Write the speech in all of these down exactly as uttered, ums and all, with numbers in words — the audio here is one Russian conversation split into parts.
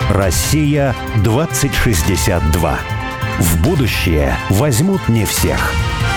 Россия двадцать шестьдесят два. В будущее возьмут не всех.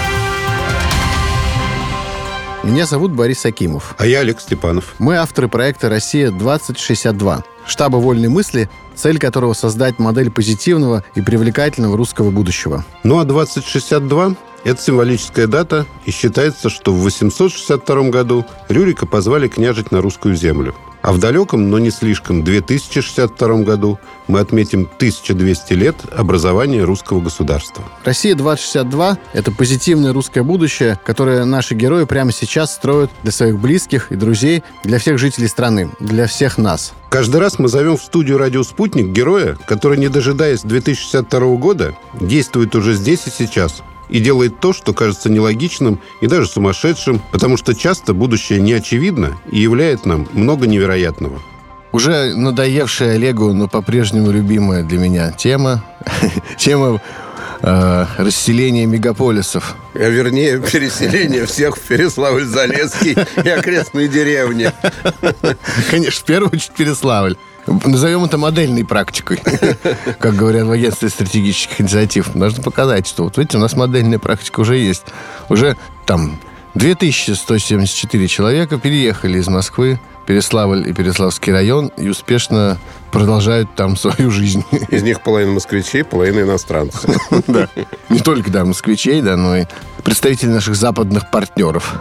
Меня зовут Борис Акимов. А я Олег Степанов. Мы авторы проекта «Россия двадцать шестьдесят два», штаба вольной мысли, цель которого создать модель позитивного и привлекательного русского будущего. Ну а двадцать шестьдесят два – это символическая дата, и считается, что в восемьсот шестьдесят втором году Рюрика позвали княжить на русскую землю. А в далеком, но не слишком, две тысячи шестьдесят втором году мы отметим тысяча двести лет образования русского государства. «Россия двадцать шестьдесят два» — это позитивное русское будущее, которое наши герои прямо сейчас строят для своих близких и друзей, для всех жителей страны, для всех нас. Каждый раз мы зовем в студию «Радио Спутник» героя, который, не дожидаясь две тысячи шестьдесят второго года, действует уже здесь и сейчас и делает то, что кажется нелогичным и даже сумасшедшим, потому что часто будущее не очевидно и являет нам много невероятного. Уже надоевшая Олегу, но по-прежнему любимая для меня тема тема э, расселения мегаполисов. А вернее, переселение всех в Переславль-Залесский и окрестные деревни. Конечно, в первую очередь Переславль. Назовем это модельной практикой, как говорят в агентстве стратегических инициатив. Нужно показать, что вот видите, у нас модельная практика уже есть. Уже там две тысячи сто семьдесят четыре человека переехали из Москвы, Переславль и Переславский район и успешно продолжают там свою жизнь. Из них половина москвичей, половина иностранцев. Да. Не только, да, москвичей, да, но и представители наших западных партнеров.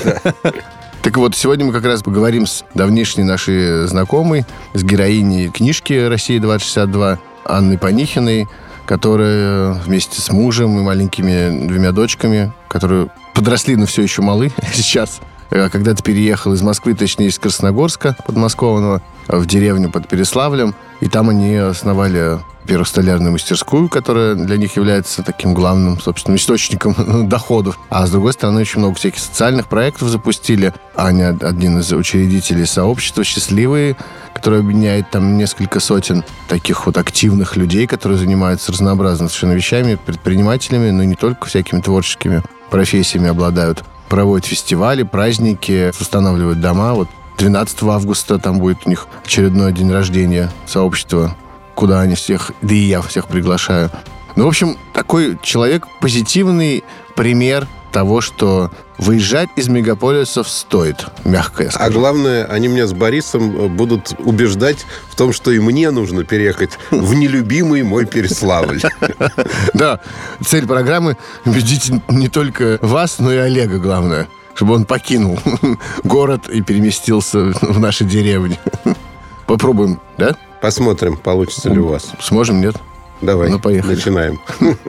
Так вот, сегодня мы как раз поговорим с давнишней нашей знакомой, с героиней книжки «Россия двадцать шестьдесят два» Анной Панихиной, которая вместе с мужем и маленькими двумя дочками, которые подросли, но все еще малы сейчас, когда-то переехал из Москвы, точнее, из Красногорска подмосковного, в деревню под Переславлем. И там они основали, во-первых, столярную мастерскую, которая для них является таким главным, собственно, источником доходов. А с другой стороны, очень много всяких социальных проектов запустили. Аня один из учредителей сообщества «Счастливые», которое объединяет там несколько сотен таких вот активных людей, которые занимаются разнообразными совершенно вещами, предпринимателями, но и не только всякими творческими профессиями обладают. Проводят фестивали, праздники, устанавливают дома. Вот двенадцатого августа там будет у них очередной день рождения сообщества, куда они всех, да и я всех приглашаю. Ну, в общем, такой человек позитивный пример того, что выезжать из мегаполисов стоит, мягко я скажу. А главное, они меня с Борисом будут убеждать в том, что и мне нужно переехать в нелюбимый мой Переславль. Да, цель программы — убедить не только вас, но и Олега, главное, чтобы он покинул город и переместился в наши деревни. Попробуем, да? Посмотрим, получится ли у вас. Сможем, нет? Давай, ну, поехали. Начинаем.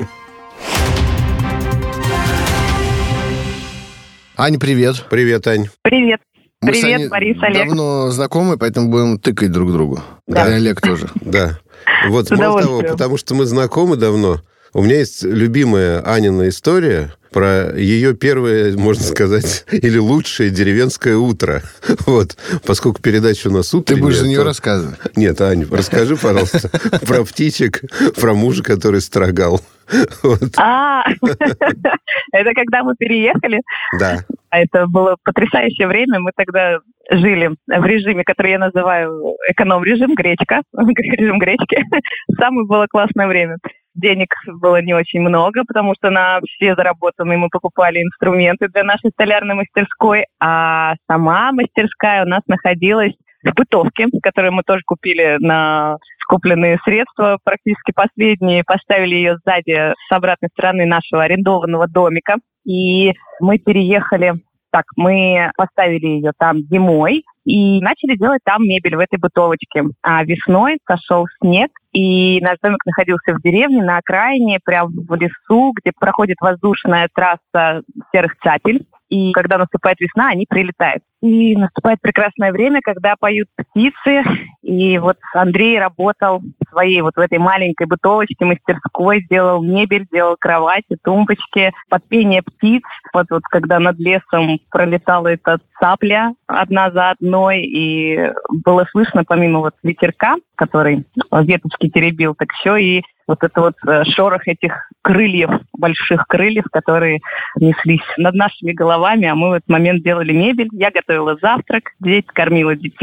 Аня, привет. Привет, Ань. Привет. Мы Привет, Борис, Олег. Давно знакомы, поэтому будем тыкать друг другу. Да. И Олег тоже. Да. Вот, С мало того, удовольствием. потому что мы знакомы давно, у меня есть любимая Анина история про ее первое, можно сказать, или лучшее деревенское утро. Вот. Поскольку передача у нас утренняя... Ты будешь за нее то... рассказывать? Нет, Ань, расскажи, пожалуйста, про птичек, про мужа, который строгал. Вот. А, это когда мы переехали. Да. Это было потрясающее время. Мы тогда жили в режиме, который я называю эконом-режим, гречка, режим гречки. Самое было классное время. Денег было не очень много, потому что на все заработанные мы покупали инструменты для нашей столярной мастерской, а сама мастерская у нас находилась в бытовке, которую мы тоже купили на скопленные средства, практически последние, поставили ее сзади с обратной стороны нашего арендованного домика. И мы переехали, так, мы поставили ее там зимой и начали делать там мебель в этой бытовочке. А весной сошел снег, и наш домик находился в деревне, на окраине, прямо в лесу, где проходит воздушная трасса серых цапель. И когда наступает весна, они прилетают. И наступает прекрасное время, когда поют птицы. И вот Андрей работал в своей вот в этой маленькой бытовочке, мастерской, делал мебель, делал кровати, тумбочки, под пение птиц. Вот, вот когда над лесом пролетала эта цапля одна за одной, и было слышно, помимо вот ветерка, который веточки теребил, так еще и вот это вот шорох этих крыльев, больших крыльев, которые неслись над нашими головами, а мы в этот момент делали мебель. Я готовила завтрак, здесь кормила детей.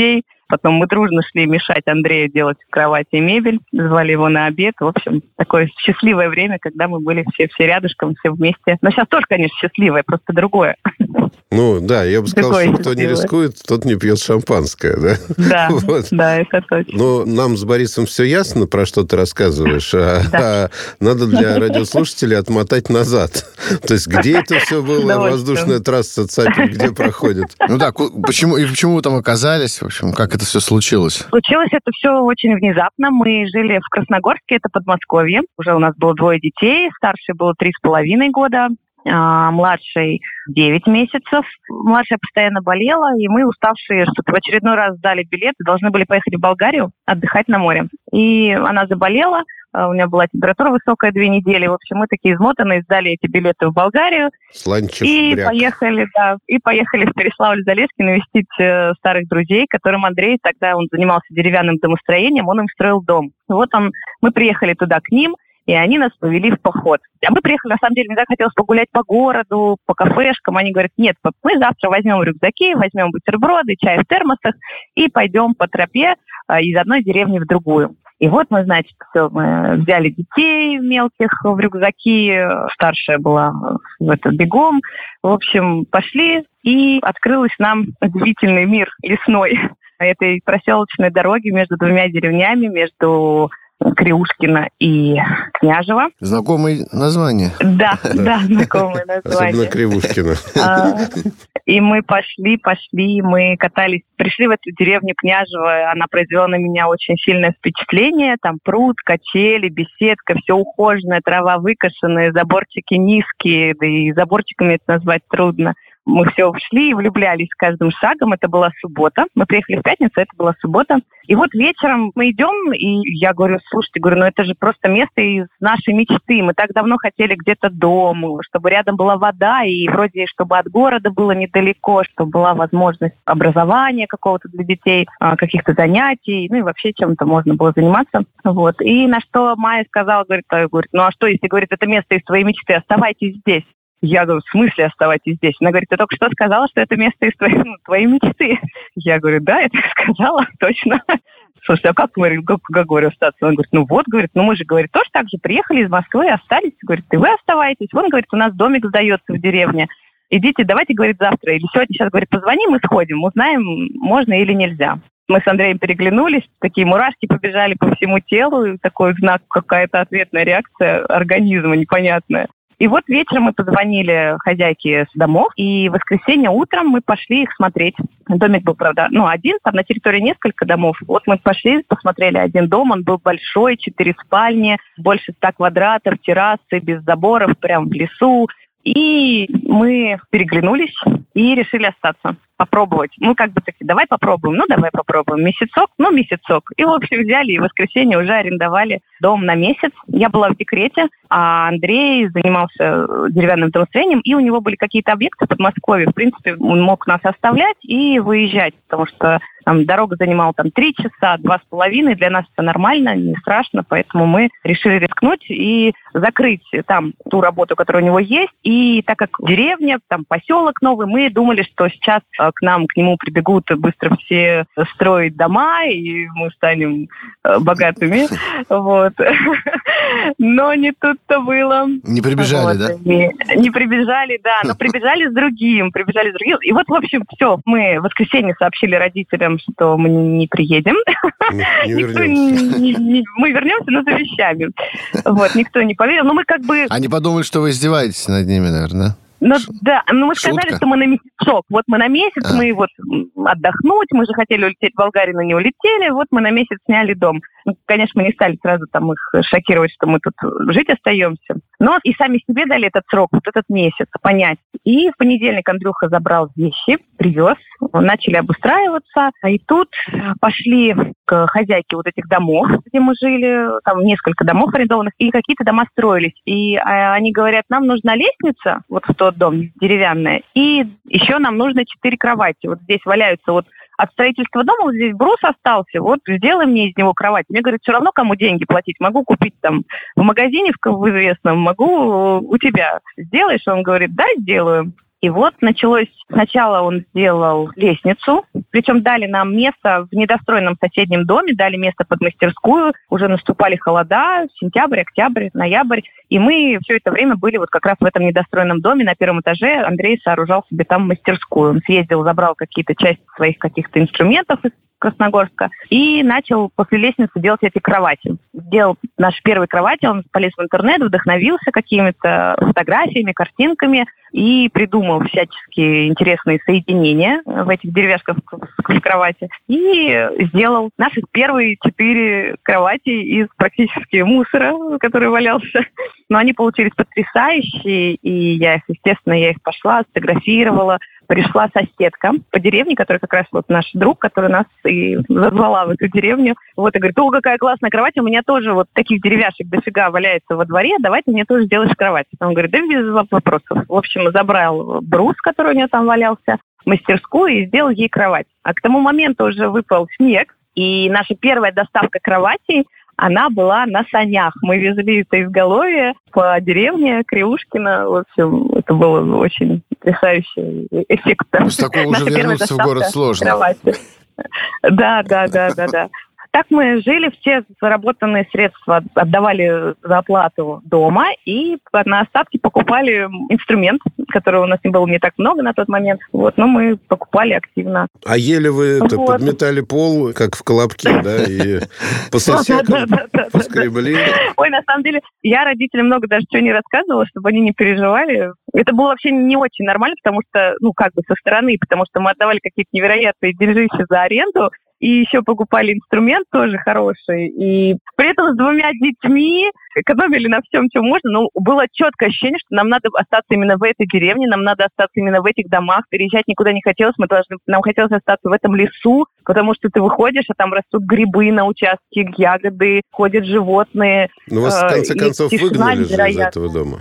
Потом мы дружно шли мешать Андрею делать в кровати и мебель. Звали его на обед. В общем, такое счастливое время, когда мы были все, все рядышком, все вместе. Но сейчас тоже, конечно, счастливое, просто другое. Ну, да, я бы сказал, Другое что кто не счастливое. рискует, тот не пьет шампанское, да? Да, Вот. да, это точно. Но нам с Борисом все ясно, про что ты рассказываешь, а, Да. а надо для радиослушателей отмотать назад. То есть где это все было, Удовольствие. воздушная трасса Цапель, где проходит? Ну да, ку- почему, и почему вы там оказались? В общем, как это все случилось? Случилось это все очень внезапно. Мы жили в Красногорске, это Подмосковье. Уже у нас было двое детей. Старший был три с половиной года, а младший девять месяцев. Младшая постоянно болела, и мы, уставшие, что-то в очередной раз сдали билет и должны были поехать в Болгарию отдыхать на море. И она заболела, у нее была температура высокая две недели. В общем, мы такие измотанные, сдали эти билеты в Болгарию. Сланчев И бряк. поехали, да, и поехали в Переславль-Залесский навестить э, старых друзей, которым Андрей, тогда он занимался деревянным домостроением, он им строил дом. И вот он, мы приехали туда к ним, и они нас повели в поход. А мы приехали, на самом деле, мне так хотелось погулять по городу, по кафешкам. Они говорят, нет, пап, мы завтра возьмем рюкзаки, возьмем бутерброды, чай в термосах и пойдем по тропе э, из одной деревни в другую. И вот мы, значит, все, мы взяли детей мелких в рюкзаки, старшая была в этот бегом. В общем, пошли, и открылся нам удивительный мир лесной этой проселочной дороги между двумя деревнями, между Криушкино и Княжево. Знакомые названия. Да, да, знакомое Особенно название. Кривушкина. А, И мы пошли, пошли, мы катались, пришли в эту деревню Княжево, она произвела на меня очень сильное впечатление, там пруд, качели, беседка, все ухоженное, трава выкошенная, заборчики низкие, да и заборчиками это назвать трудно. Мы все шли и влюблялись с каждым шагом. Это была суббота. Мы приехали в пятницу, это была суббота. И вот вечером мы идем, и я говорю, слушайте, говорю, ну это же просто место из нашей мечты. Мы так давно хотели где-то дом, чтобы рядом была вода, и вроде чтобы от города было недалеко, чтобы была возможность образования какого-то для детей, каких-то занятий, ну и вообще чем-то можно было заниматься. Вот. И на что Майя сказала, говорит, говорит, ну а что, если, говорит, это место из твоей мечты, оставайтесь здесь. Я говорю, в смысле оставайтесь здесь? Она говорит, ты только что сказала, что это место из твоей, ну, твоей мечты. Я говорю, да, я так сказала, точно. Слушай, а как, говорю, как, как говорю, остаться? Он говорит, ну вот, говорит, ну мы же, говорит, тоже так же приехали из Москвы, остались. Говорит, и вы оставайтесь. Вон, говорит, у нас домик сдается в деревне. Идите, давайте, говорит, завтра или сегодня, сейчас, говорит, позвоним и сходим, узнаем, можно или нельзя. Мы с Андреем переглянулись, такие мурашки побежали по всему телу, и такой знак, какая-то ответная реакция организма непонятная. И вот вечером мы позвонили хозяйке с домов, и в воскресенье утром мы пошли их смотреть. Домик был, правда, ну, один, там на территории несколько домов. Вот мы пошли, посмотрели один дом, он был большой, четыре спальни, больше ста квадратов, террасы, без заборов, прям в лесу. И мы переглянулись и решили остаться, попробовать. Ну, как бы таки, давай попробуем, ну, давай попробуем. Месяцок, ну, месяцок. И, в общем, взяли и в воскресенье уже арендовали дом на месяц. Я была в декрете, а Андрей занимался деревянным домостроением, и у него были какие-то объекты в Подмосковье. В принципе, он мог нас оставлять и выезжать, потому что там дорога занимала там три часа, два с половиной. Для нас это нормально, не страшно, поэтому мы решили рискнуть и закрыть там ту работу, которая у него есть. И так как деревня, там поселок новый, мы думали, что сейчас к нам, к нему прибегут быстро все строить дома, и мы станем богатыми. Вот. Но не тут-то было. Не прибежали, вот. да? Не, не прибежали, да, но прибежали с другим, прибежали с другим. И вот, в общем, все, мы в воскресенье сообщили родителям, что мы не приедем. Не, не Никто вернемся. не- не- мы вернемся, но за вещами. Вот, никто не поверил. Но мы как бы... Они подумали, что вы издеваетесь над ними, наверное. Ну, да, ну мы сказали, Шутка. что мы на месяцок. Вот мы на месяц, А. мы вот м, отдохнуть, мы же хотели улететь в Болгарию, но не улетели. Вот мы на месяц сняли дом. Ну, конечно, мы не стали сразу там их шокировать, что мы тут жить остаемся. Но и сами себе дали этот срок, вот этот месяц, понять. И в понедельник Андрюха забрал вещи, привез, начали обустраиваться. И тут пошли к хозяйке вот этих домов, где мы жили, там несколько домов арендованных, и какие-то дома строились. И а, они говорят, нам нужна лестница, вот в тот дом, деревянная, и еще нам нужно четыре кровати. Вот здесь валяются вот от строительства дома, вот здесь брус остался, вот сделай мне из него кровать. Мне говорят, все равно кому деньги платить, могу купить там в магазине в в известном, могу у тебя. Сделаешь? Он говорит, да, сделаю. И вот началось, сначала он сделал лестницу, причем дали нам место в недостроенном соседнем доме, дали место под мастерскую, уже наступали холода, сентябрь, октябрь, ноябрь, и мы все это время были вот как раз в этом недостроенном доме на первом этаже. Андрей сооружал себе там мастерскую. Он съездил, забрал какие-то части своих каких-то инструментов из Красногорска и начал после лестницы делать эти кровати. Сделал наши первые кровати, он полез в интернет, вдохновился какими-то фотографиями, картинками и придумал всяческие интересные соединения в этих деревяшках в кровати. И сделал наши первые четыре кровати из практически мусора, который валялся. Но они получились потрясающие, и я их, естественно, я их пошла, сфотографировала. Пришла соседка по деревне, которая как раз вот наш друг, который нас и зазвала в эту деревню. Вот, и говорит: о, какая классная кровать, у меня тоже вот таких деревяшек дофига валяется во дворе, давай ты мне тоже сделаешь кровать. Он говорит: да без вопросов. В общем, забрал брус, который у нее там валялся, в мастерскую и сделал ей кровать. А к тому моменту уже выпал снег, и наша первая доставка кроватей, она была на санях. Мы везли это изголовье по деревне Криушкино. В общем, это было очень потрясающий эффект. С такого уже вернуться в город сложно. Кровати. Да, да, да, да, да. Так мы жили, все заработанные средства отдавали за оплату дома и на остатки покупали инструмент, которого у нас не было не так много на тот момент. Вот, но мы покупали активно. А еле вы это, вот. подметали пол, как в Колобке, да, и по сосекам поскребли? Ой, на самом деле, я родителям много даже чего не рассказывала, чтобы они не переживали. Это было вообще не очень нормально, потому что, ну, как бы со стороны, потому что мы отдавали какие-то невероятные деньжища за аренду, и еще покупали инструмент тоже хороший. И при этом с двумя детьми экономили на всем, чем можно. Но было четкое ощущение, что нам надо остаться именно в этой деревне, нам надо остаться именно в этих домах. Переезжать никуда не хотелось. Мы должны, нам хотелось остаться в этом лесу, потому что ты выходишь, а там растут грибы на участке, ягоды, ходят животные. Ну, вас, в конце концов, выгнали же из этого дома.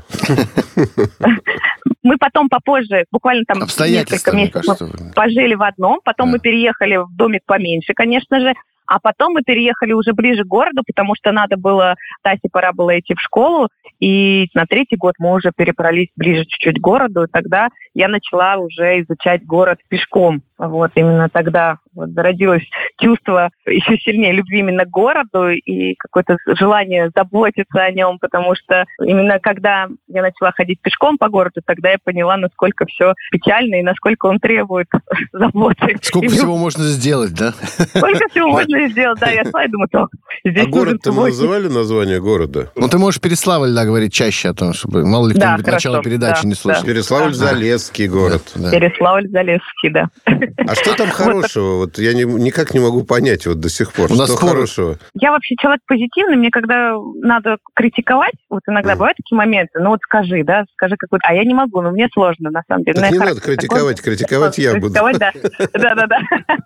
Мы потом попозже, буквально там несколько месяцев, мы пожили в одном, потом да. мы переехали в домик поменьше, конечно же, а потом мы переехали уже ближе к городу, потому что надо было, Тасе пора было идти в школу, и на третий год мы уже перебрались ближе чуть-чуть к городу, и тогда я начала уже изучать город пешком. Вот именно тогда вот зародилось чувство еще сильнее любви именно к городу и какое-то желание заботиться о нем, потому что именно когда я начала ходить пешком по городу, тогда я поняла, насколько все печально и насколько он требует заботы. Сколько всего можно сделать, да? Сколько всего можно сделать, да. Я шла и думаю, так, здесь А город-то мы называли название города? Ну, ты можешь Переславль, да, говорить чаще о том, чтобы мало ли кто-нибудь начало передачи не слышал. Переславль-Залесский город. Переславль-Залесский, да. А что там хорошего? Вот я не, никак не могу понять вот до сих пор. У нас что спор... хорошего? Я вообще человек позитивный. Мне когда надо критиковать, вот иногда mm. бывают такие моменты, ну вот скажи, да, скажи какой-то... А я не могу, но мне сложно, на самом деле. Так не надо критиковать, такой... критиковать я буду. Критиковать, да. Да-да-да.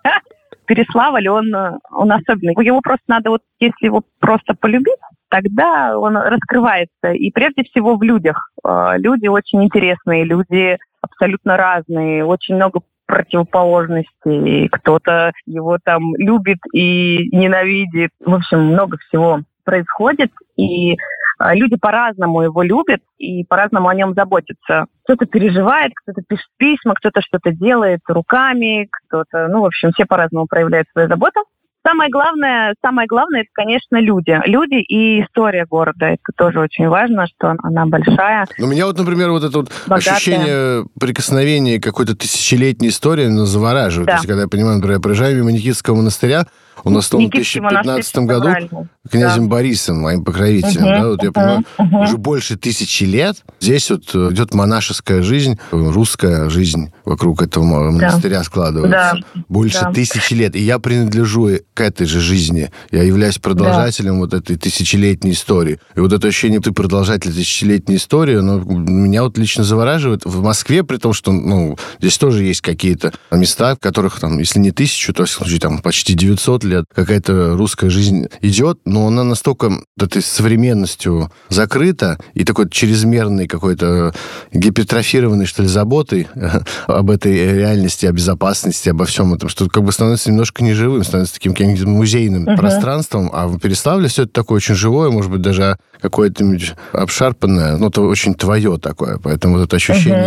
Переславль, он, он особенный. Его просто надо, вот если его просто полюбить, тогда он раскрывается. И прежде всего в людях. Люди очень интересные, люди абсолютно разные, очень много противоположностей. Кто-то его там любит и ненавидит. В общем, много всего происходит. И люди по-разному его любят и по-разному о нем заботятся. Кто-то переживает, кто-то пишет письма, кто-то что-то делает руками, кто-то... Ну, в общем, все по-разному проявляют свою заботу. Самое главное, самое главное, это, конечно, люди. Люди и история города. Это тоже очень важно, что она большая. У меня вот, например, вот это вот богатая. Ощущение прикосновения к какой-то тысячелетней истории оно завораживает. Да. То есть, когда я понимаю, например, я проезжаю мимо Никитского монастыря, он основан в две тысячи пятнадцатом году князем да. Борисом, моим покровителем. Uh-huh, да, вот я uh-huh, понимаю, uh-huh. уже больше тысячи лет здесь вот идет монашеская жизнь, русская жизнь вокруг этого монастыря да. складывается. Да. Больше да. тысячи лет. И я принадлежу к этой же жизни. Я являюсь продолжателем да. вот этой тысячелетней истории. И вот это ощущение, ты продолжатель тысячелетней истории, оно меня вот лично завораживает. В Москве, при том, что ну, здесь тоже есть какие-то места, в которых, там, если не тысячу, то, в случае, там, почти девятьсот лет какая-то русская жизнь идет, но она настолько этой современностью закрыта и такой чрезмерной какой-то гипертрофированной, что ли, заботой об этой реальности, о безопасности, обо всем этом, что как бы становится немножко неживым, становится таким каким-то музейным uh-huh. пространством, а в Переславле все это такое очень живое, может быть, даже какое-то обшарпанное, но это очень твое такое, поэтому вот это ощущение... Uh-huh.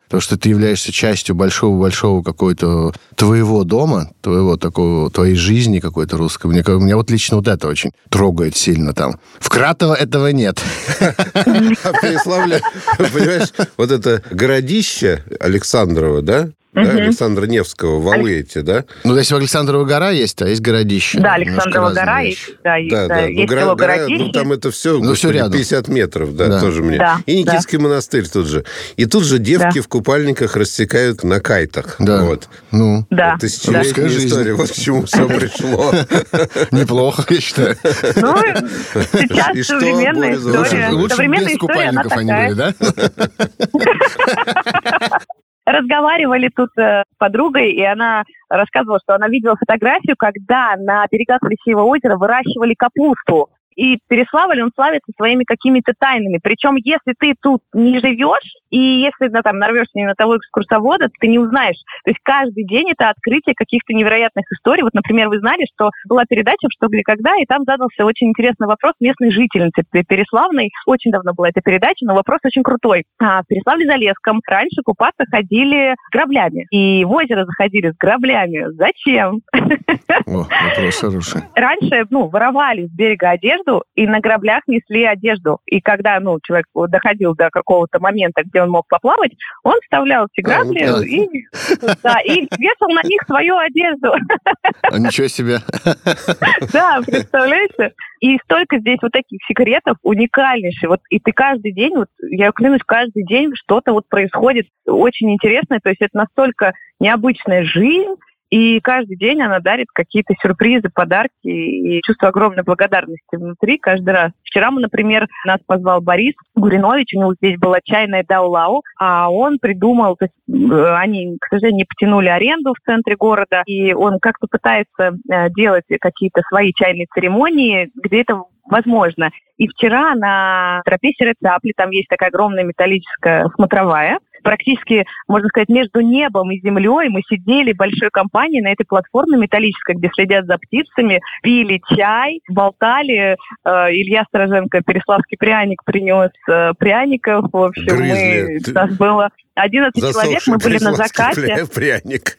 То, что ты являешься частью большого-большого какой-то твоего дома, твоего такого, твоей жизни какой-то русской. Мне, меня вот лично вот это очень трогает сильно там. В Кратово этого нет. А Переславле, понимаешь, вот это городище Александрово, да? Да, Александра Невского, валы эти, да? Ну, если Александрова гора есть, а есть городище. Да, Александрова гора есть, да, есть, да, да, да. есть Ну, гора, городище. ну, там это все, ну, все рядом. пятьдесят метров, да, да. тоже мне. Да, и Никитский да. монастырь тут же. И тут же девки да. в купальниках рассекают на кайтах. Да. Вот. Ну, да. Тысячелетняя да. история, вот к чему все пришло. Неплохо, я считаю. Ну, сейчас современная история. Лучше без купальников они были, да? Разговаривали тут с подругой, и она рассказывала, что она видела фотографию, когда на берегах Плещеева озера выращивали капусту. И Переславль, он славится своими какими-то тайнами. Причем, если ты тут не живешь, и если ну, там нарвешься не на того экскурсовода, ты не узнаешь. То есть каждый день это открытие каких-то невероятных историй. Вот, например, вы знали, что была передача «Что, где, когда», и там задался очень интересный вопрос местной жительницы Переславной. Очень давно была эта передача, но вопрос очень крутой. А в Переславле-Залесском раньше купаться ходили с граблями. И в озеро заходили с граблями. Зачем? О, вопрос хороший. Раньше, ну, воровали с берега одежду, и на граблях несли одежду. И когда, ну, человек доходил до какого-то момента, где он мог поплавать, он вставлял эти грабли а, ну, и, да, и вешал на них свою одежду. А ничего себе. Да, представляете? И столько здесь вот таких секретов уникальнейших. Вот, и ты каждый день, вот я клянусь, каждый день что-то вот происходит очень интересное. То есть это настолько необычная жизнь, и каждый день она дарит какие-то сюрпризы, подарки и чувство огромной благодарности внутри каждый раз. Вчера мы, например, нас позвал Борис Гуринович, у него здесь была чайная Даулау, а он придумал, то есть они, к сожалению, не потянули аренду в центре города, и он как-то пытается делать какие-то свои чайные церемонии, где это возможно. И вчера на тропе Серой Цапли, там есть такая огромная металлическая смотровая, практически, можно сказать, между небом и землей мы сидели большой компанией на этой платформе металлической, где следят за птицами, пили чай, болтали. Э, Илья Стороженко переславский пряник принес э, пряников. В общем, мы, у нас было одиннадцать человек, мы были на закате. Пряник.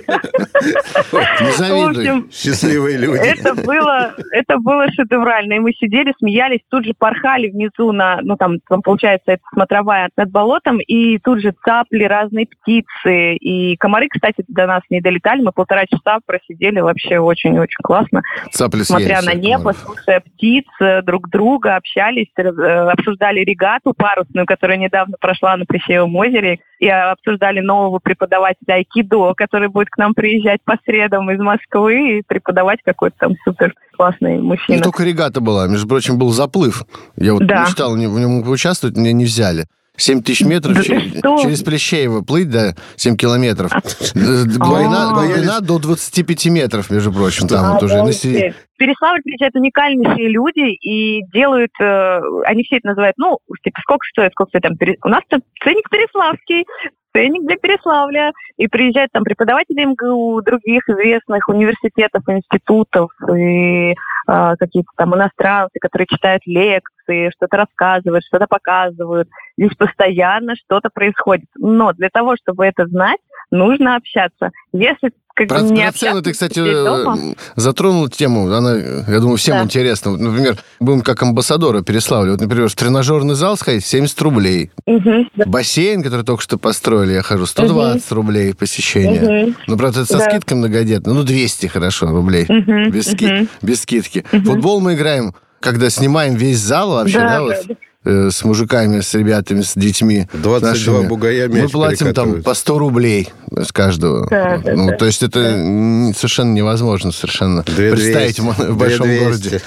Не завидуй. Счастливые люди. Это было, это было шедеврально. И мы сидели, смеялись, тут же порхали внизу на, ну там, там получается, это смотровая над болотом, и тут же цапли, разные птицы. И комары, кстати, до нас не долетали. Мы полтора часа просидели вообще очень-очень классно. Цапли смотря на небо, слушая птиц, друг друга, общались, обсуждали регату парусную, которая недавно прошла на Плещеевом озере. И обсуждали нового преподавателя айкидо, который будет к нам приезжать по средам из Москвы и преподавать какой-то там супер классный мужчина. Не только регата была, между прочим, был заплыв. Я вот да. мечтал в нем поучаствовать, меня не взяли. семь тысяч метров да через, через Плещеево плыть, да, семь километров. Глубина, глубина до двадцати пяти метров, между прочим. Там вот уже на середине. В Переславль приезжают уникальнейшие люди и делают, э, они все это называют, ну, типа, сколько стоит, сколько стоит там, у нас-то ценник переславский, ценник для Переславля, и приезжают там преподаватели эм гэ у, других известных университетов, институтов, и э, какие-то там иностранцы, которые читают лекции, что-то рассказывают, что-то показывают. Здесь постоянно что-то происходит. Но для того, чтобы это знать, нужно общаться. Если как Про, не про цены ты, кстати, затронул тему, она, я думаю, всем да. интересна. Например, будем как амбассадоры Переславля. Вот, например, в тренажерный зал сходить семьдесят рублей. Угу. Бассейн, который только что построили, я хожу, сто двадцать угу. рублей посещение. Угу. Ну, правда, это со да. скидкой многодетной. Ну, двести, хорошо, рублей. Угу. Без, ски... угу. Без скидки. Угу. Футбол мы играем, когда снимаем весь зал вообще, да, да вот. Да. С мужиками, с ребятами, с детьми. двадцать два бугая мяч. Мы платим там по сто рублей с каждого. Да, да, ну, да, то есть это да. совершенно невозможно совершенно две представить двести. В большом городе.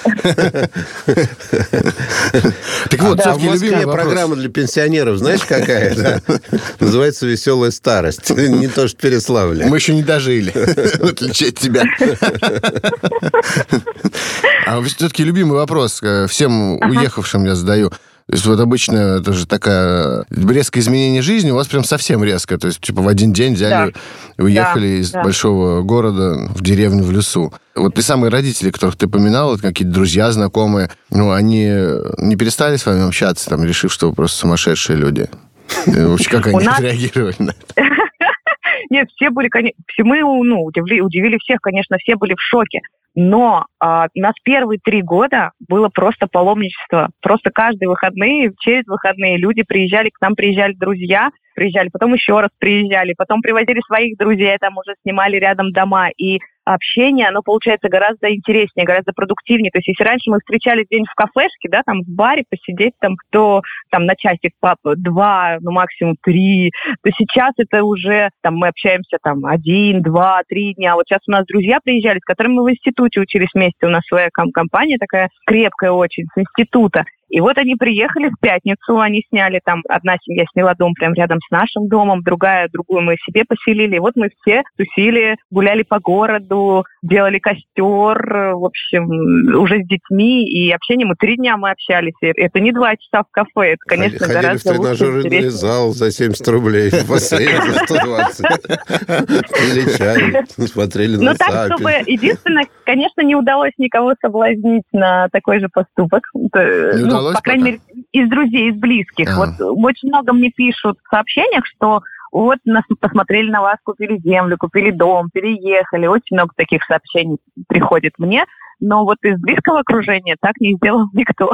Так вот, все-таки любимая программа для пенсионеров, знаешь, какая? Называется «Веселая старость». Не то, что Переславле. Мы еще не дожили, в отличие от тебя. А все-таки любимый вопрос всем уехавшим я задаю. То есть вот обычно это же такая резкое изменение жизни у вас прям совсем резко. То есть типа в один день взяли и да. уехали да, из да. большого города в деревню в лесу. Вот те самые родители, которых ты поминал, какие-то друзья, знакомые, ну, они не перестали с вами общаться, там, решив, что вы просто сумасшедшие люди? Вообще, как они отреагировали на это? Нет, все были, конечно, мы ну, удивили, удивили всех, конечно, все были в шоке. Но а, у нас первые три года было просто паломничество. Просто каждые выходные, через выходные люди приезжали, к нам приезжали друзья, приезжали, потом еще раз приезжали, потом привозили своих друзей, там уже снимали рядом дома. И общение, оно получается гораздо интереснее, гораздо продуктивнее. То есть если раньше мы встречались где-нибудь в кафешке, да, там в баре посидеть, там, то там на часик, два, ну максимум три, то сейчас это уже, там мы общаемся там один, два, три дня. Вот сейчас у нас друзья приезжали, с которыми мы в институте учились вместе, у нас своя компания такая крепкая очень, с института. И вот они приехали в пятницу, они сняли там, одна семья сняла дом прямо рядом с нашим домом, другая, другую мы себе поселили. И вот мы все тусили, гуляли по городу, делали костер, в общем, уже с детьми. И общение мы три дня мы общались. И это не два часа в кафе, это, конечно, Ходили гораздо лучше. Ходили в тренажерный зал за семьдесят рублей, в бассейн за сто двадцать. Пили чай, смотрели на сапи. Ну так, чтобы... Единственное, конечно, не удалось никого соблазнить на такой же поступок. Ну, по крайней мере, из друзей, из близких. А. Вот очень много мне пишут в сообщениях, что вот нас посмотрели на вас, купили землю, купили дом, переехали. Очень много таких сообщений приходит мне. Но вот из близкого окружения так не сделал никто.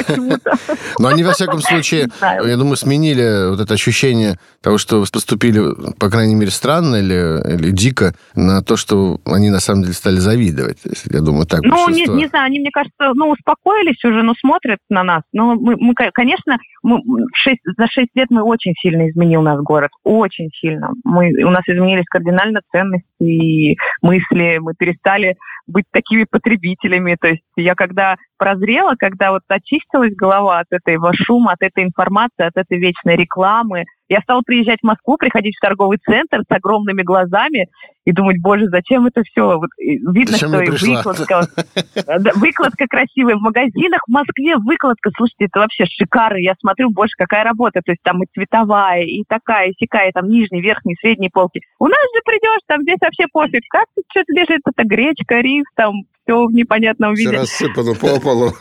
Но они, во всяком случае, я думаю, сменили вот это ощущение того, что поступили, по крайней мере, странно или, или дико, на то, что они, на самом деле, стали завидовать. Я думаю, так. Ну, не, не знаю, они, мне кажется, ну, успокоились уже, но смотрят на нас. Но мы, мы конечно, мы, шесть, за шесть лет мы очень сильно изменил наш город. Очень сильно. Мы, у нас изменились кардинально ценности и мысли. Мы перестали быть такими потребителями. То есть я когда прозрела, когда вот очистилась голова от этого шума, от этой информации, от этой вечной рекламы, я стала приезжать в Москву, приходить в торговый центр с огромными глазами и думать, боже, зачем это все? Вот, видно, зачем что и выкладка, выкладка красивая. В магазинах в Москве выкладка, слушайте, это вообще шикарно. Я смотрю, больше какая работа. То есть там и цветовая, и такая, и сякая, там нижние, верхние, средние полки. У нас же придешь, там здесь вообще пофиг. Как тут что-то лежит, это гречка, рис, там все в непонятном виде. Все рассыпано по полу.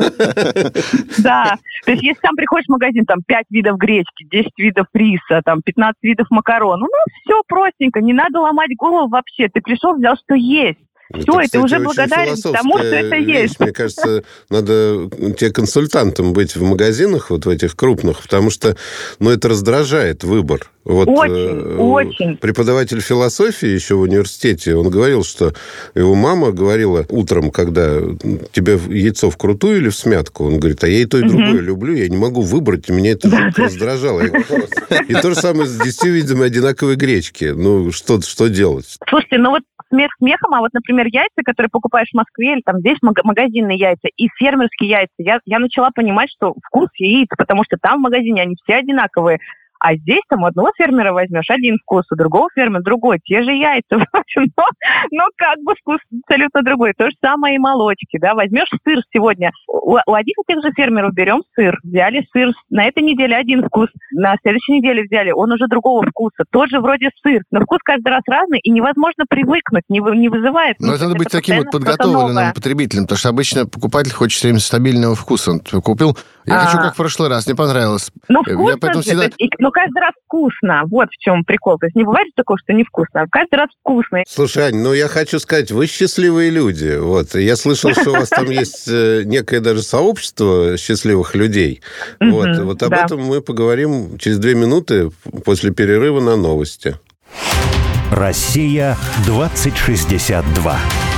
Да. То есть если там приходишь в магазин, там пять видов гречки, десять видов риса, там пятнадцать видов макарон. Ну, все простенько, не надо ломать голову вообще. Ты пришел, взял, что есть. Все, это, кстати, уже благодарен тому, что это вещь. есть. Мне кажется, надо тебе консультантом быть в магазинах, вот в этих крупных, потому что, ну, это раздражает выбор. Вот, очень, э, очень. Преподаватель философии еще в университете, он говорил, что его мама говорила утром, когда тебе яйцо вкрутую или в смятку, он говорит, а я и то, и другое угу. люблю, я не могу выбрать, меня это жутко раздражало. И то же самое с десятью видами одинаковой гречки. Ну, что, что делать? Слушайте, ну вот смех смехом, а вот, например, яйца, которые покупаешь в Москве, или там здесь магазинные яйца, и фермерские яйца, я, я начала понимать, что вкус яиц, потому что там в магазине они все одинаковые. А здесь там у одного фермера возьмешь один вкус, у другого фермера другой. Те же яйца, в общем, но, но как бы вкус абсолютно другой. То же самое и молочки, да. Возьмешь сыр сегодня. У, у одних и тех же фермеров берем сыр. Взяли сыр. На этой неделе один вкус. На следующей неделе взяли. Он уже другого вкуса. Тот же вроде сыр. Но вкус каждый раз разный, и невозможно привыкнуть. Не, не вызывает. Но это надо быть таким вот подготовленным потребителем. Потому что обычно покупатель хочет все время стабильного вкуса. Он купил... Я а... хочу, как в прошлый раз. Мне понравилось. Ну, вкусно. Я поэтому всегда... Но каждый раз вкусно. Вот в чем прикол. То есть не бывает такого, что невкусно. Каждый раз вкусно. Слушай, Ань, ну я хочу сказать, вы счастливые люди. Вот. Я слышал, что у вас там есть некое даже сообщество счастливых людей. Вот. Вот об этом мы поговорим через две минуты после перерыва на новости. Россия двадцать шестьдесят два.